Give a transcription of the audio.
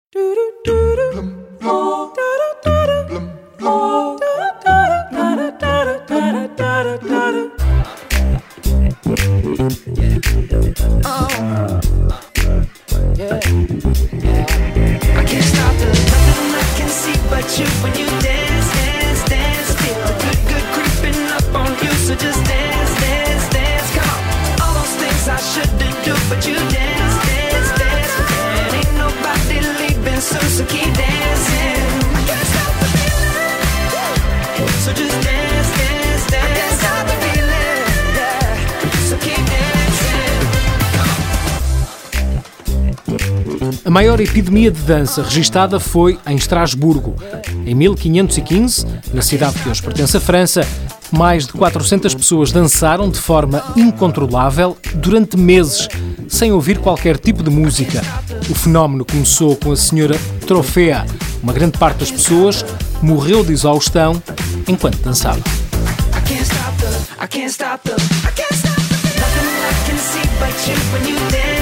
A maior epidemia de dança registada foi em Estrasburgo. Em 1515, na cidade que hoje pertence à França, mais de 400 pessoas dançaram de forma incontrolável durante meses, sem ouvir qualquer tipo de música. O fenómeno começou com a senhora Trofea. Uma grande parte das pessoas morreu de exaustão enquanto dançava. I can't stop the